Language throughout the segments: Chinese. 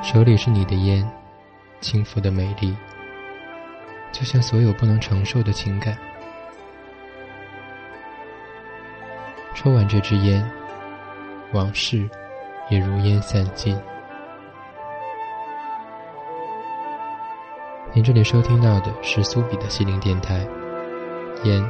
手里是你的烟，轻浮的美丽，就像所有不能承受的情感。抽完这支烟，往事也如烟散尽。您这里收听到的是苏比的心灵电台，烟。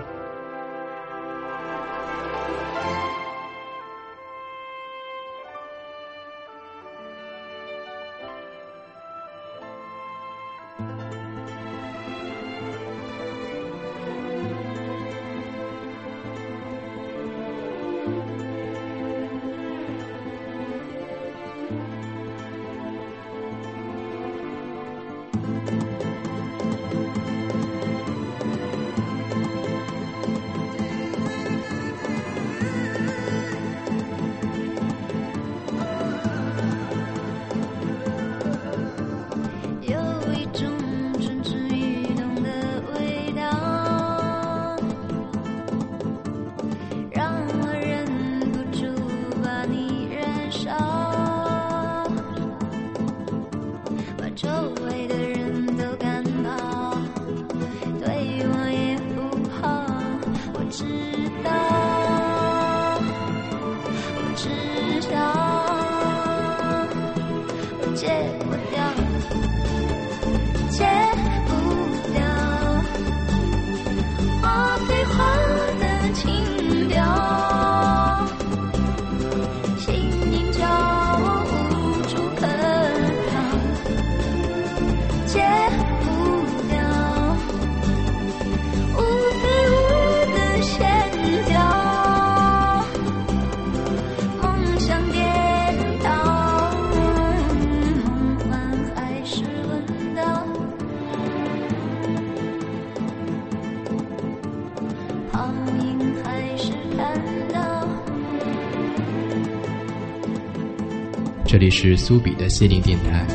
这里是苏比的心灵电台。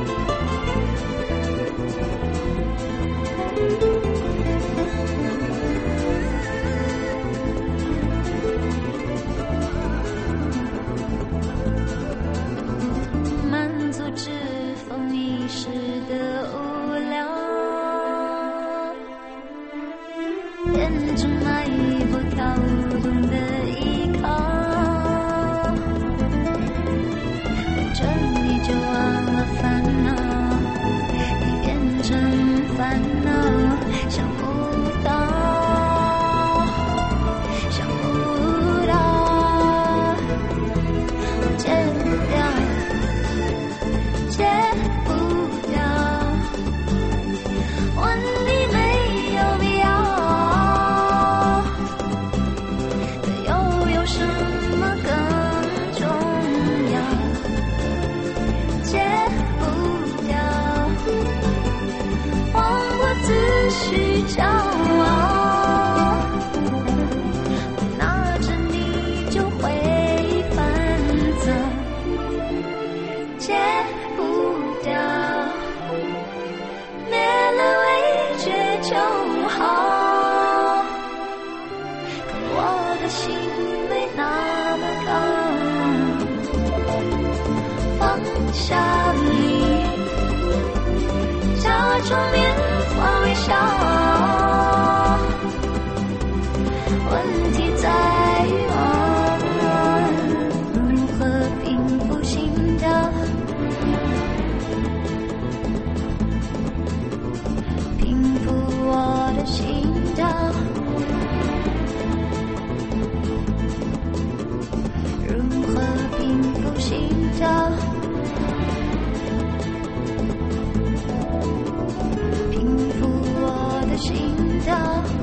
满足指缝一时的无聊，变成迈步跳动的依靠，这你就忘了烦恼，你变成烦恼，想不到，想不到，我戒不掉，戒不掉，问你没有必要，可又有什么更重要？戒不掉，忘我自诩骄傲，我拿着你就会烦躁。戒不掉，灭了味觉就好，可我的心没那么高，放下你，假装面化微笑，问题在于我如何平复心跳，平复我的心跳，如何平复心跳，平复我的心跳。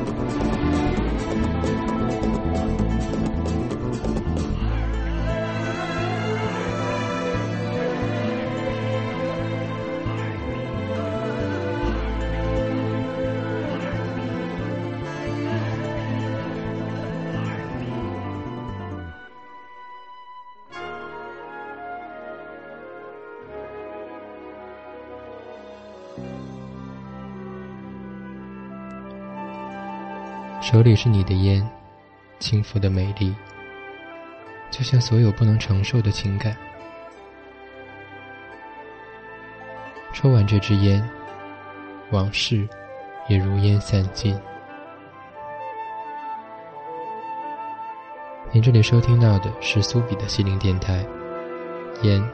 手里是你的烟，轻浮的美丽，就像所有不能承受的情感。 抽完这支烟，往事也如烟散尽。您这里收听到的是苏比的心灵电台，烟。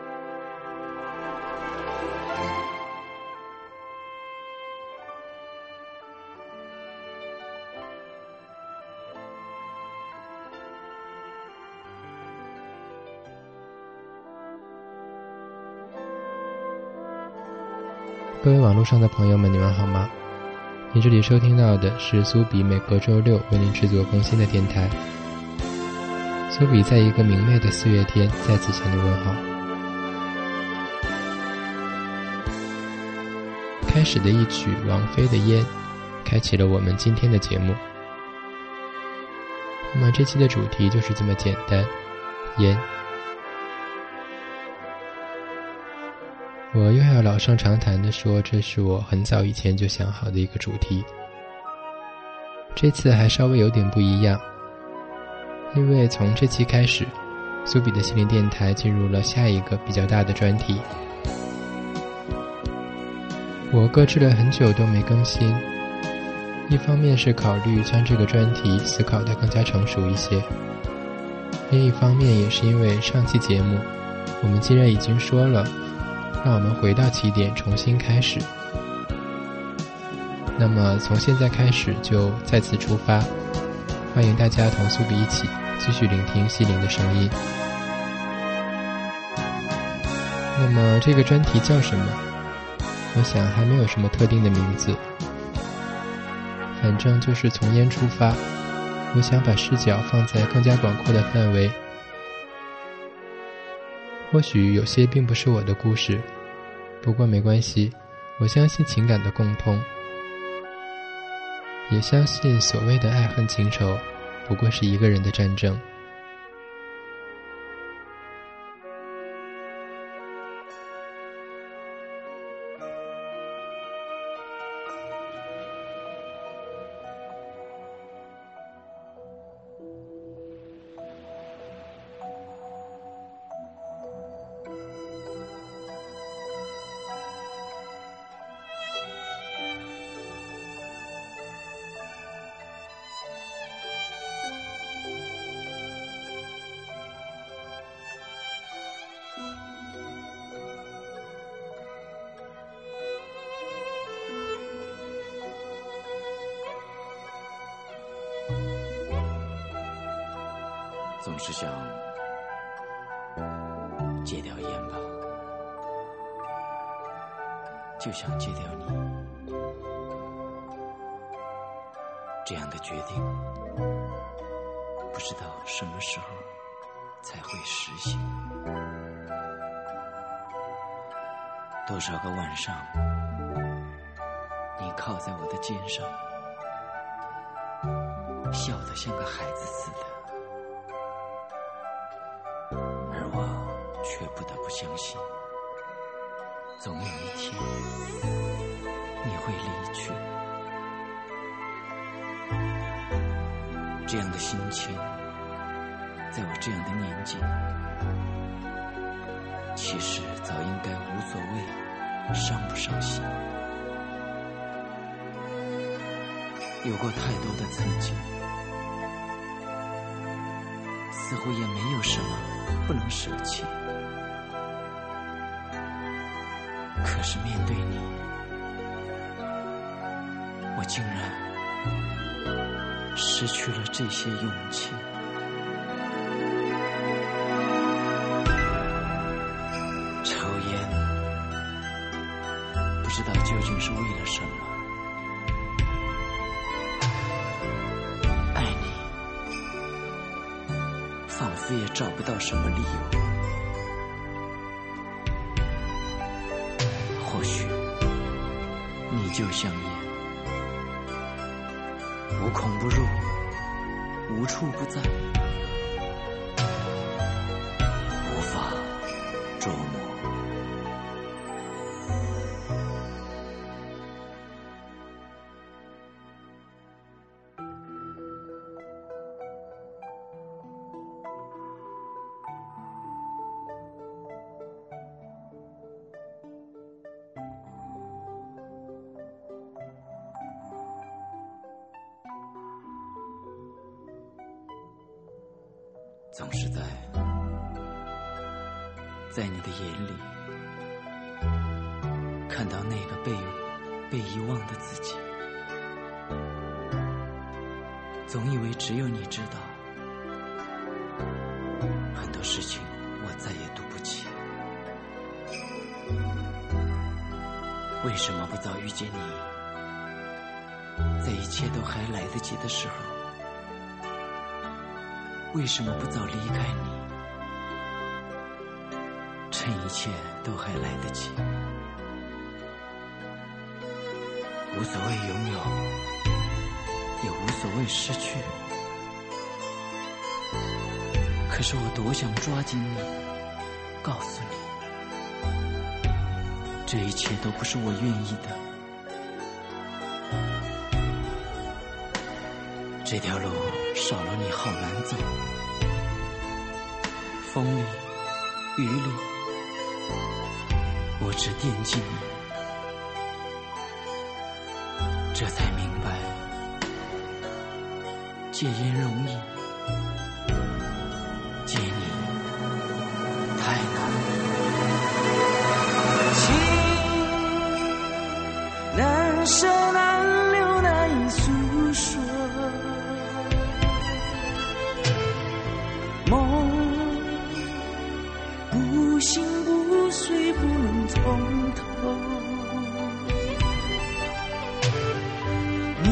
各位网络上的朋友们，你们好吗？您这里收听到的是苏比每个周六为您制作更新的电台。苏比在一个明媚的4月天再次向你问好。开始的一曲王菲的《烟》开启了我们今天的节目。那么这期的主题就是这么简单，烟。我又要老生常谈地说，这是我很早以前就想好的一个主题。这次还稍微有点不一样，因为从这期开始，苏比的心灵电台进入了下一个比较大的专题。我搁置了很久都没更新，一方面是考虑将这个专题思考得更加成熟一些，另一方面也是因为上期节目我们既然已经说了让我们回到起点重新开始，那么从现在开始就再次出发，欢迎大家同苏比一起继续聆听心灵的声音。那么这个专题叫什么？我想还没有什么特定的名字，反正就是从烟出发，我想把视角放在更加广阔的范围。或许有些并不是我的故事，不过没关系，我相信情感的共通，也相信所谓的爱恨情仇不过是一个人的战争。 总是想戒掉烟吧，就想戒掉你。这样的决定，不知道什么时候才会实现。多少个晚上，你靠在我的肩上，笑得像个孩子似的。却不得不相信，总有一天你会离去。这样的心情，在我这样的年纪，其实早应该无所谓，伤不伤心。有过太多的曾经，似乎也没有什么不能舍弃。可是面对你，我竟然失去了这些勇气。抽烟，不知道究竟是为了什么。爱你，仿佛也找不到什么理由。或许你就像烟，无孔不入，无处不在，无法捉摸。 总是在你的眼里看到那个被遗忘的自己，总以为只有你知道，很多事情我再也读不起。为什么不早遇见你，在一切都还来得及的时候？为什么不早离开你，趁一切都还来得及？无所谓拥有，也无所谓失去，可是我多想抓紧你，告诉你，这一切都不是我愿意的。这条路少了你好难走，风里雨里，我只惦记你，这才明白戒烟容易，戒你太难。 情难舍难留难以诉说，梦不醒不睡不能从头，你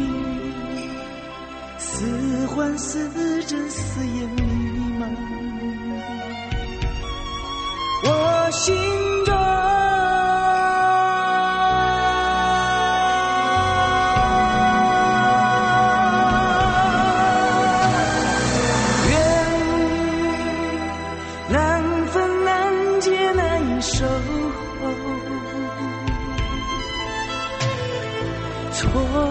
似幻似真似烟迷茫，我心中守候，错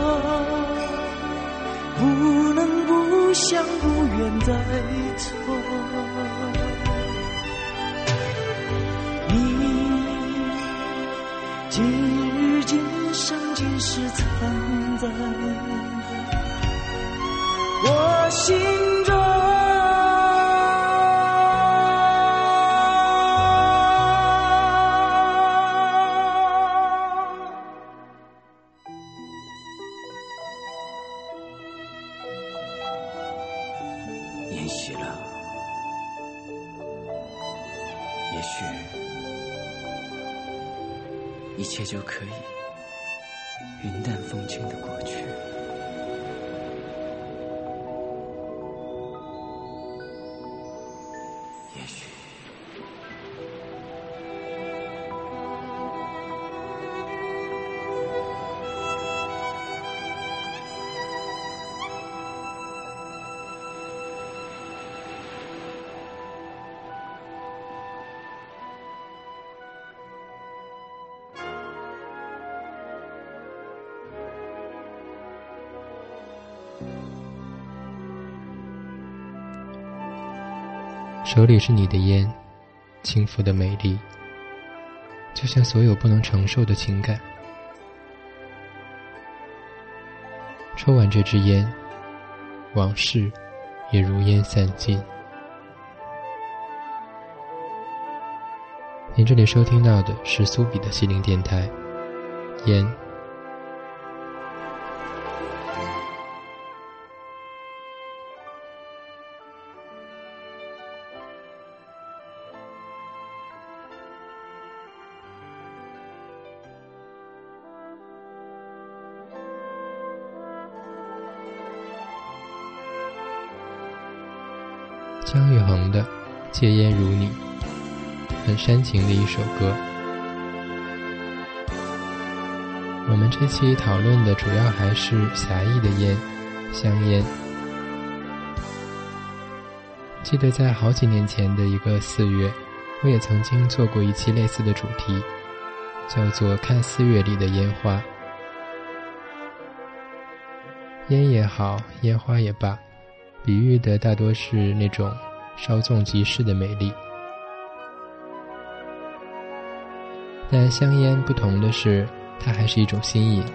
不能不想，不愿再错。你今日今生今世藏在我心中。 延续了，也许一切就可以云淡风轻地过去。也许手里是你的烟，轻浮的美丽，就像所有不能承受的情感。抽完这支烟，往事也如烟散尽。您这里收听到的是苏比的心灵电台，烟。姜育恒的《戒烟如你》，很煽情的一首歌。我们这期讨论的主要还是狭义的烟，香烟。记得在好几年前的一个4月，我也曾经做过一期类似的主题，叫做看4月里的烟花。烟也好，烟花也罢，比喻的大多是那种稍纵即逝的美丽。但香烟不同的是，它还是一种新瘾。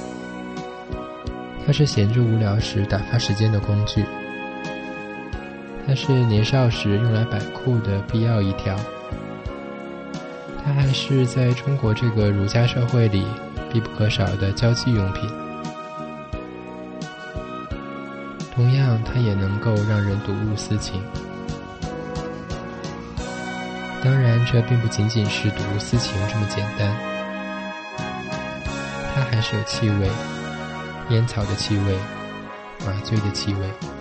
它是闲着无聊时打发时间的工具。 它是年少时用来摆酷的必要一条，它还是在中国这个儒家社会里必不可少的交际用品。同样，它也能够让人睹物思情。当然，这并不仅仅是睹物思情这么简单，它还是有气味，烟草的气味，麻醉的气味。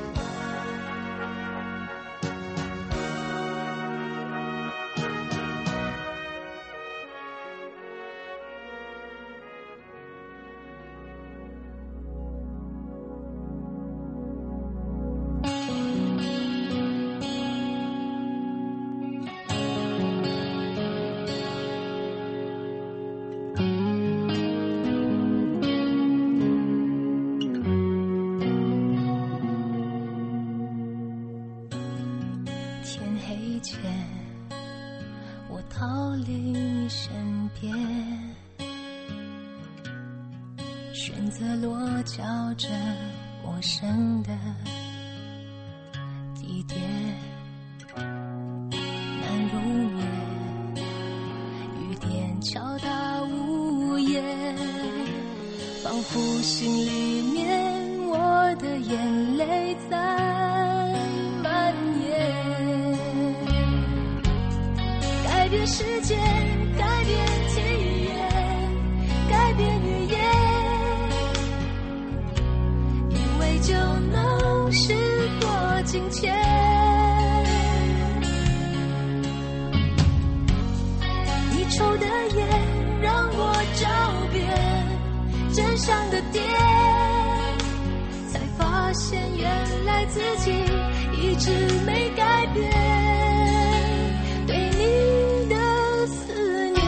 逃离你身边，选择落脚这陌生的地点，难入眠，雨点敲打屋檐，仿佛心里面我的眼泪在蔓延，改变世界，改变体验，改变语言，以为就能时过境迁。你抽的烟让我找遍真相的点，才发现原来自己一直没改变对你的思念。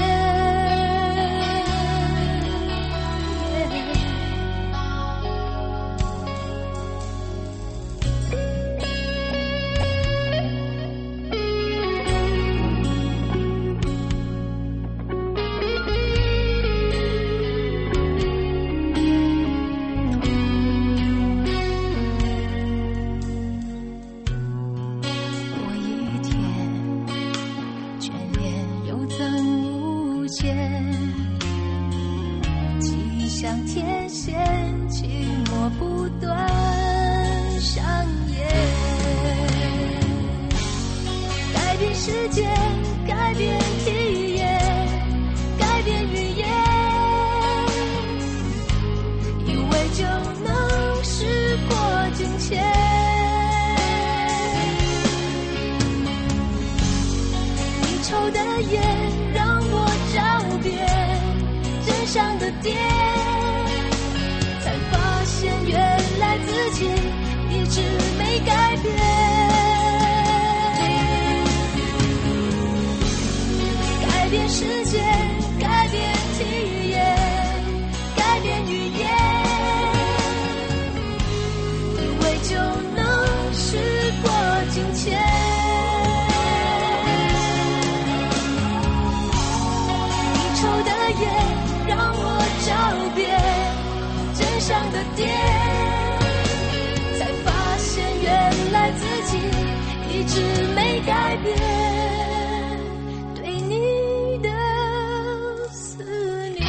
像天线寂寞不断上演，改变世界，改变体验，改变语言，以为就能时过境迁。你抽的烟让我找遍真相的点，才发现原来自己一直没改变。改变世界，改变体验，改变语言，以为就能时过境迁。你抽的烟让我找遍真相的点，才发现原来自己一直没改变对你的思念。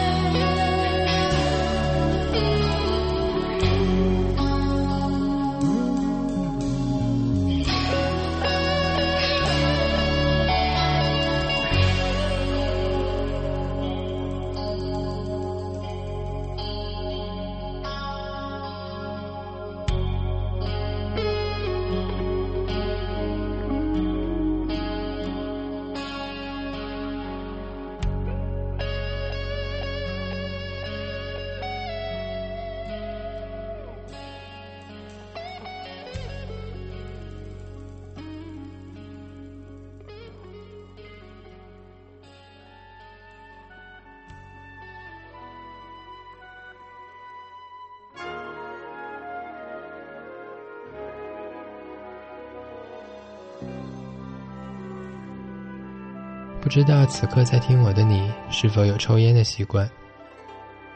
不知道此刻在听我的你是否有抽烟的习惯？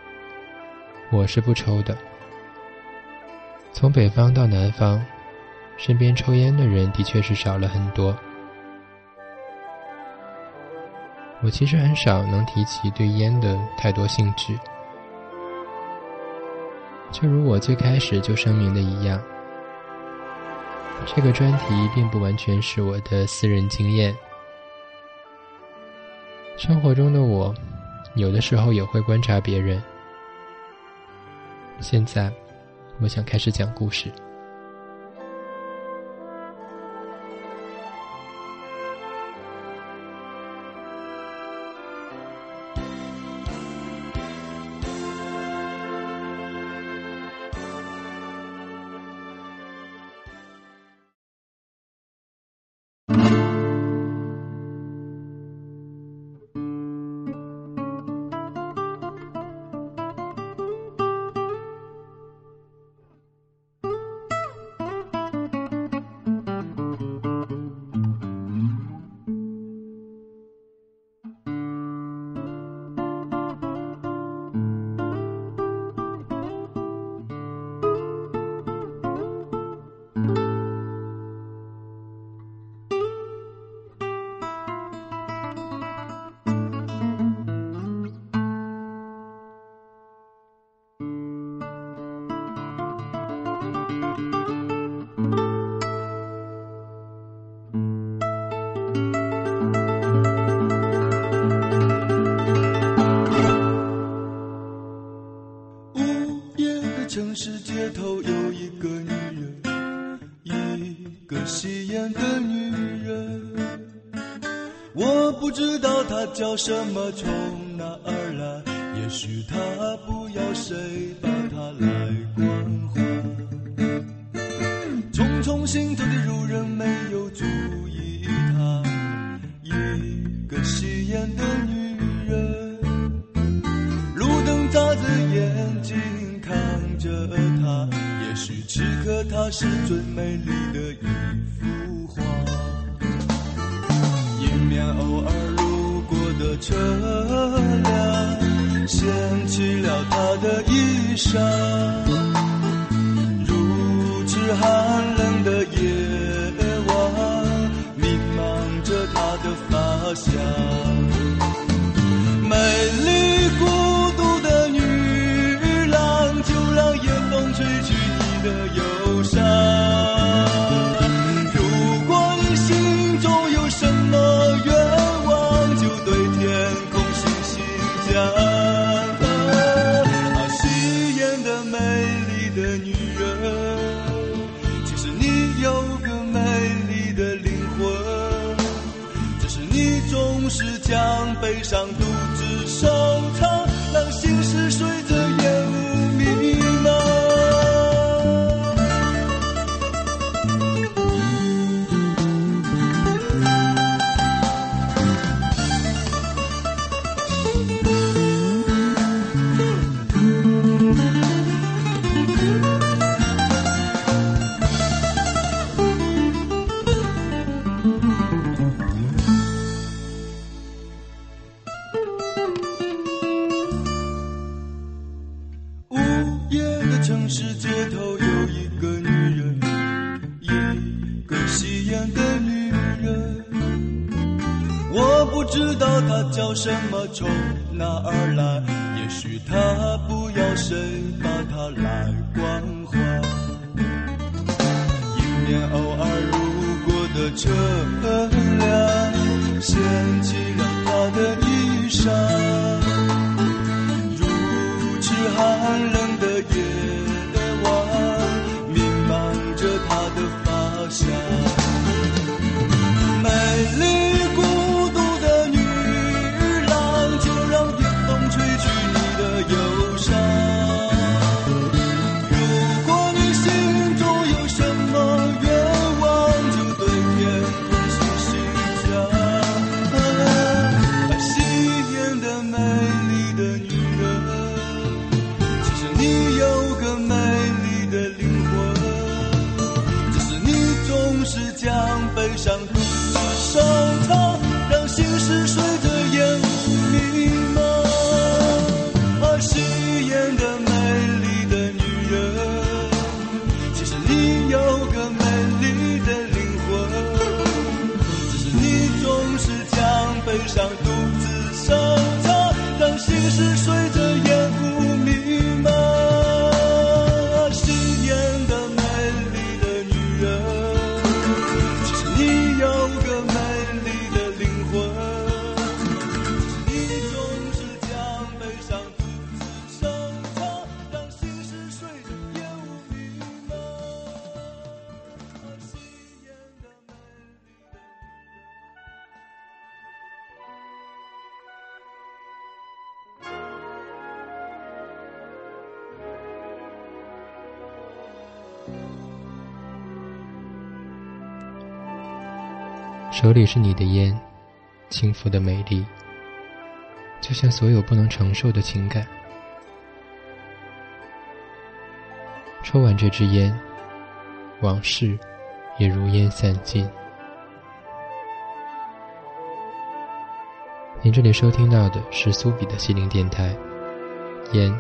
我是不抽的。从北方到南方， 身边抽烟的人的确是少了很多。我其实很少能提起对烟的太多兴致，就如我最开始就声明的一样，这个专题并不完全是我的私人经验。生活中的我，有的时候也会观察别人。现在，我想开始讲故事。 城市街头有一个女人，一个吸烟的女人，我不知道她叫什么，从哪儿来，也许她不要谁把她来关怀。匆匆行走的路人没有注意她，一个吸烟的女人，路灯眨着眼睛看着她，也许此刻她是最美丽的一幅画。迎面偶尔路过的车辆掀起了她的衣裳，如此寒冷的夜晚弥漫着她的发香。美丽孤独的女郎，就让夜风吹去你的忧伤。如果你心中有什么愿望，就对天空信心讲。吸烟的美丽的女人，其实你有个美丽的灵魂，只是你总是将悲伤独自收藏，让心事随着烟雾弥漫。城市街头有一个女人，一个吸烟的女人，我不知道她叫什么，从哪儿来，也许她不要谁把她来关怀。迎面偶尔路过的车辆掀起了她的衣裳，如此寒冷的夜弥漫着她的发香。美丽孤独的女郎，就让夜风吹去你的忧伤。如果你心中有什么愿望，就对天空信心讲。吸烟的美丽的女人，其实你有个美丽的灵魂，只是你总是将悲伤独自收藏，让心事随着烟雾弥漫。吸烟的美丽的女人，其实你有个美丽手里是你的烟，轻浮的美丽，就像所有不能承受的情感。抽完这支烟，往事也如烟散尽。您这里收听到的是苏比的心灵电台，烟。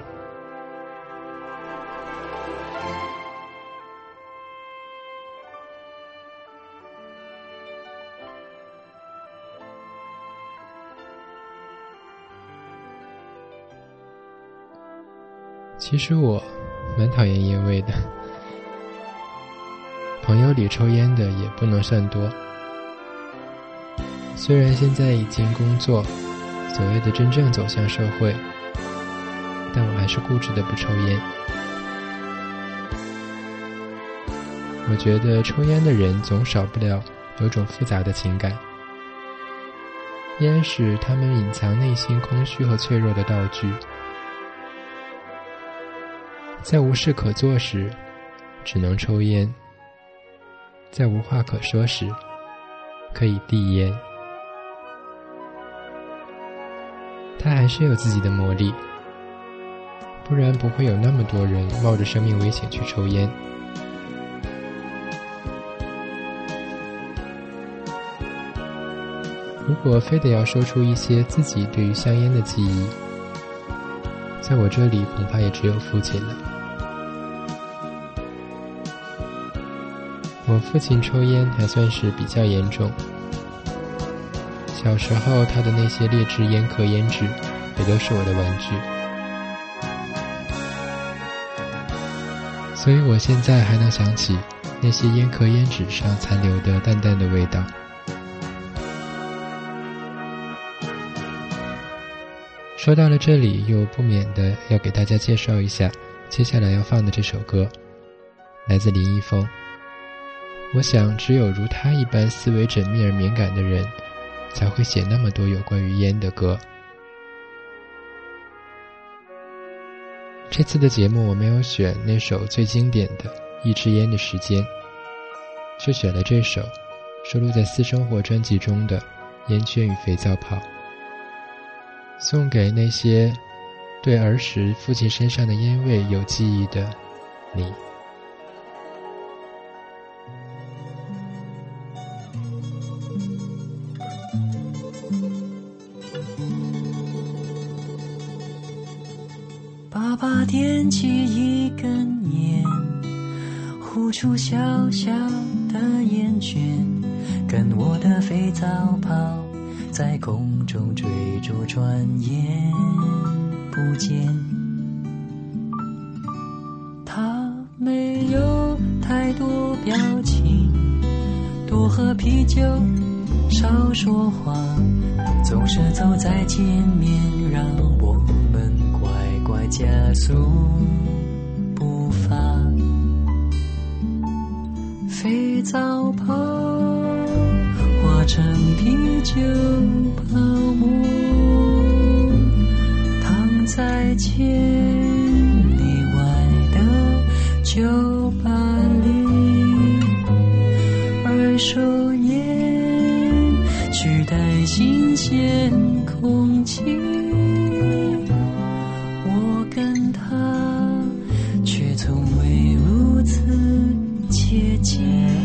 其实我蛮讨厌烟味的，朋友里抽烟的也不能算多。虽然现在已经工作，所谓的真正走向社会，但我还是固执的不抽烟。我觉得抽烟的人总少不了有种复杂的情感，烟是他们隐藏内心空虚和脆弱的道具。在无事可做时，只能抽烟；在无话可说时，可以递烟。它还是有自己的魔力，不然不会有那么多人冒着生命危险去抽烟。如果非得要说出一些自己对于香烟的记忆，在我这里恐怕也只有父亲了。我父亲抽烟还算是比较严重，小时候他的那些劣质烟壳烟纸也都是我的玩具，所以我现在还能想起那些烟壳烟纸上残留的淡淡的味道。说到了这里，又不免的要给大家介绍一下接下来要放的这首歌，来自林一峰。我想只有如他一般思维缜密而敏感的人，才会写那么多有关于烟的歌。这次的节目我没有选那首最经典的《一支烟的时间》，却选了这首收录在《私生活》专辑中的《烟圈与肥皂泡》，送给那些对儿时父亲身上的烟味有记忆的你。 爸爸点起一根烟，呼出小小的烟圈，跟我的肥皂泡在空中追逐转眼不见。他没有太多表情，多喝啤酒，少说话，总是走在前面，让我们乖乖加速步伐。肥皂泡化成啤酒泡沫，躺在千里外的酒吧里，二手烟取代新鲜空气，我跟他却从未如此接近。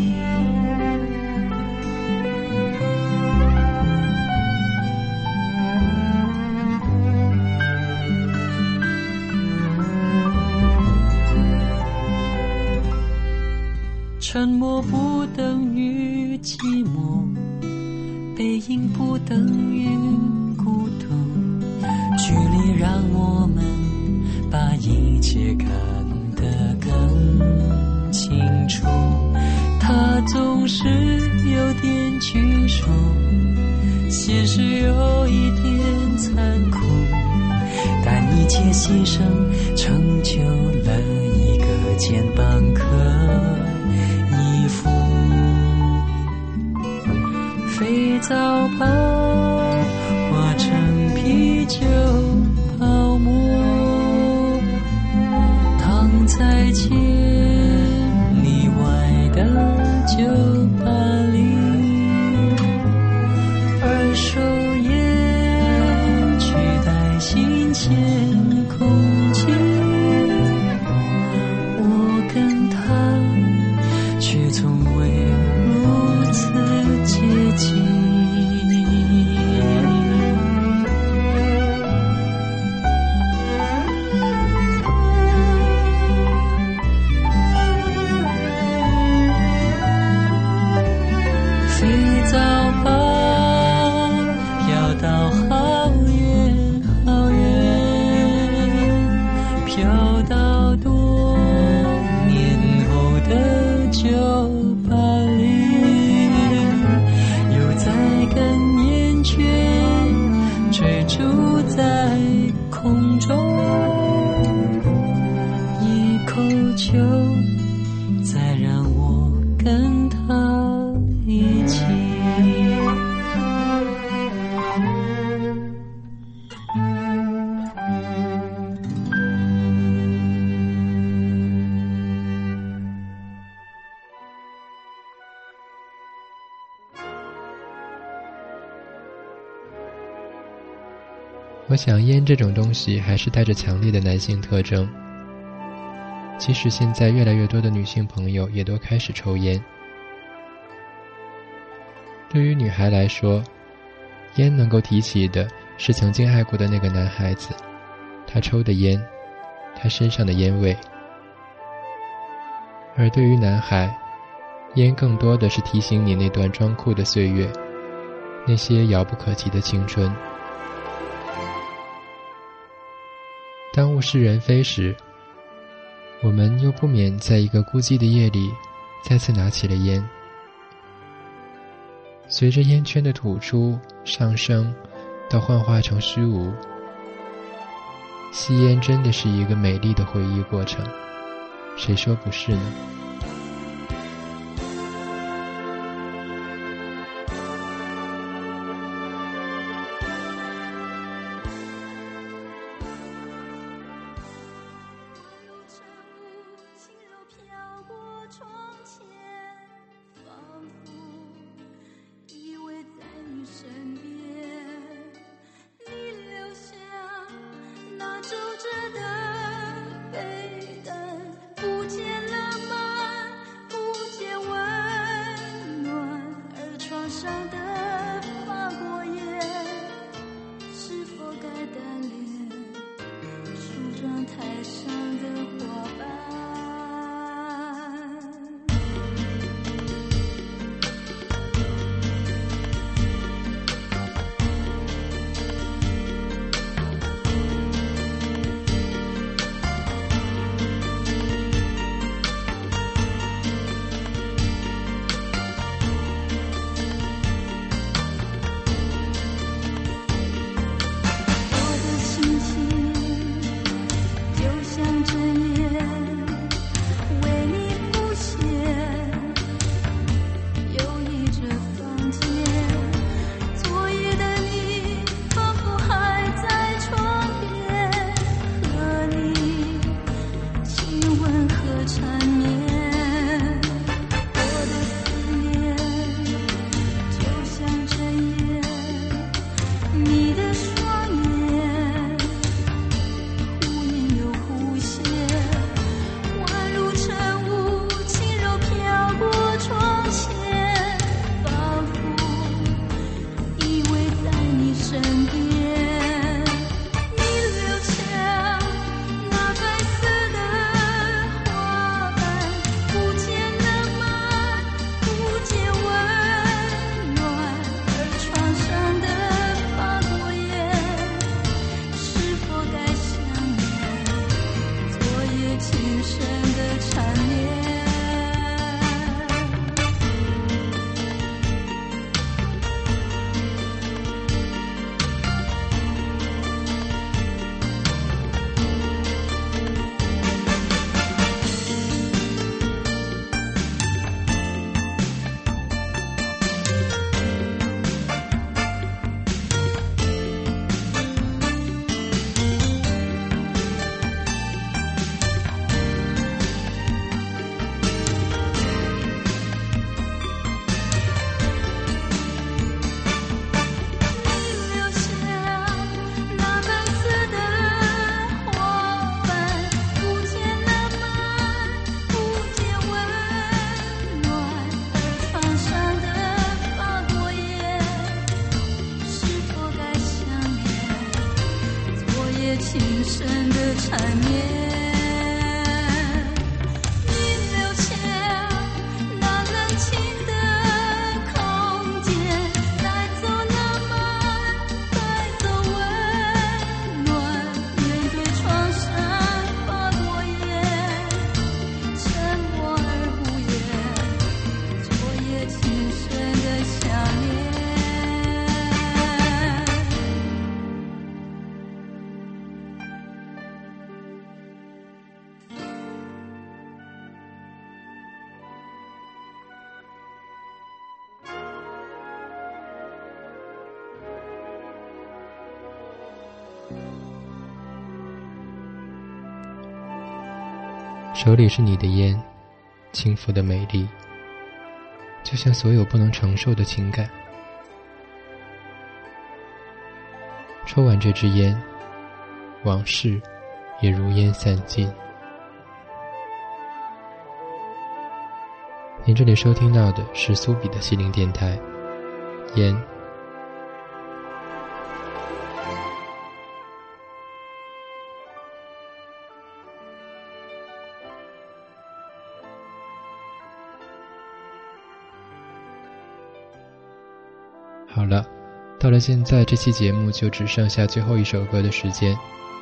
沉默不等于寂寞，背影不等于孤独，距离让我们把一切看得更清楚。它总是有点拘束，现实有一点残酷，但一切牺牲成就了一个肩膀可依附。肥皂泡化成啤酒泡沫，躺在千里外的酒吧里， 追逐在空中，一口酒再让我跟他一起。 我想烟这种东西还是带着强烈的男性特征，即使现在越来越多的女性朋友也都开始抽烟。对于女孩来说，烟能够提起的是曾经爱过的那个男孩子，他抽的烟，他身上的烟味。而对于男孩，烟更多的是提醒你那段装酷的岁月，那些遥不可及的青春。当物是人非时，我们又不免在一个孤寂的夜里再次拿起了烟。随着烟圈的吐出上升到幻化成虚无，吸烟真的是一个美丽的回忆过程，谁说不是呢？ 手里是你的烟，轻浮的美丽，就像所有不能承受的情感。抽完这支烟，往事也如烟散尽。您这里收听到的是苏比的心灵电台，烟。好了，到了现在，这期节目就只剩下最后一首歌的时间。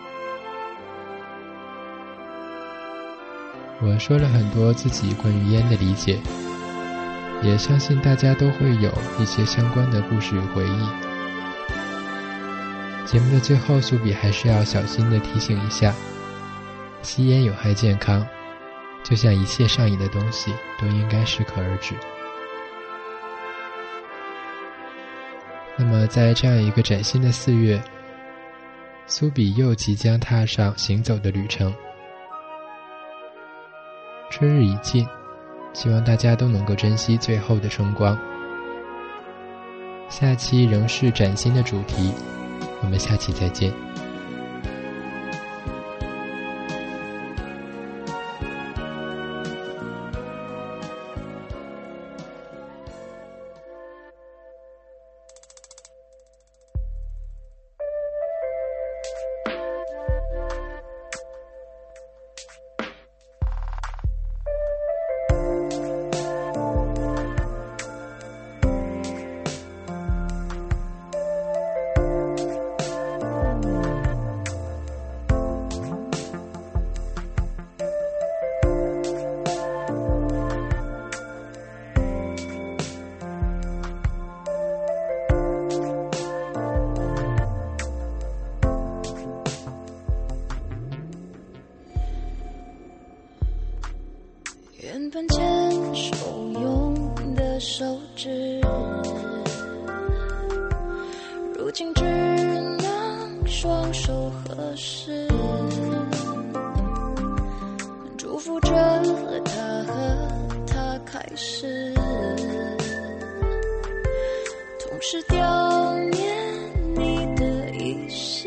我说了很多自己关于烟的理解，也相信大家都会有一些相关的故事与回忆。节目的最后，苏比还是要小心地提醒一下，吸烟有害健康，就像一切上瘾的东西都应该适可而止。那么在这样一个崭新的4月，苏比又即将踏上行走的旅程。春日已尽，希望大家都能够珍惜最后的春光。下期仍是崭新的主题，我们下期再见。 原本牵手用的手指，如今只能双手合十，祝福着和他开始，同时悼念你的遗失。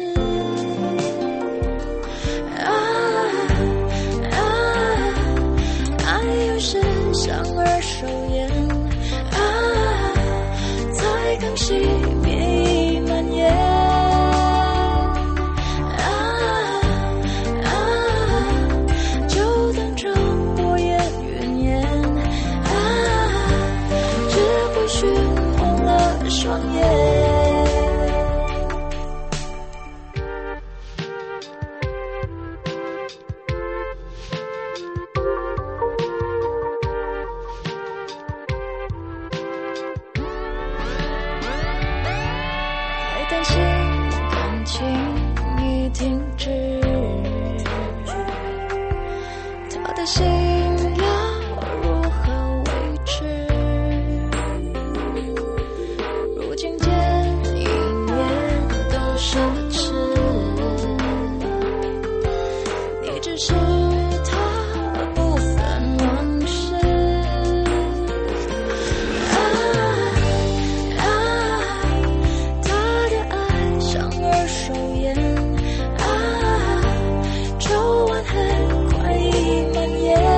像二手烟才刚熄灭已蔓延，就等着过眼云烟，只会熏红了双眼。担心感情已停止，他的心要如何维持？如今见一面都奢侈，你只是他部分往事。手烟抽完很快已蔓延。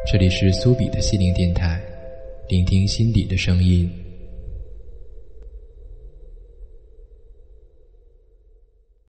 这里是苏比的心灵电台，聆听心底的声音。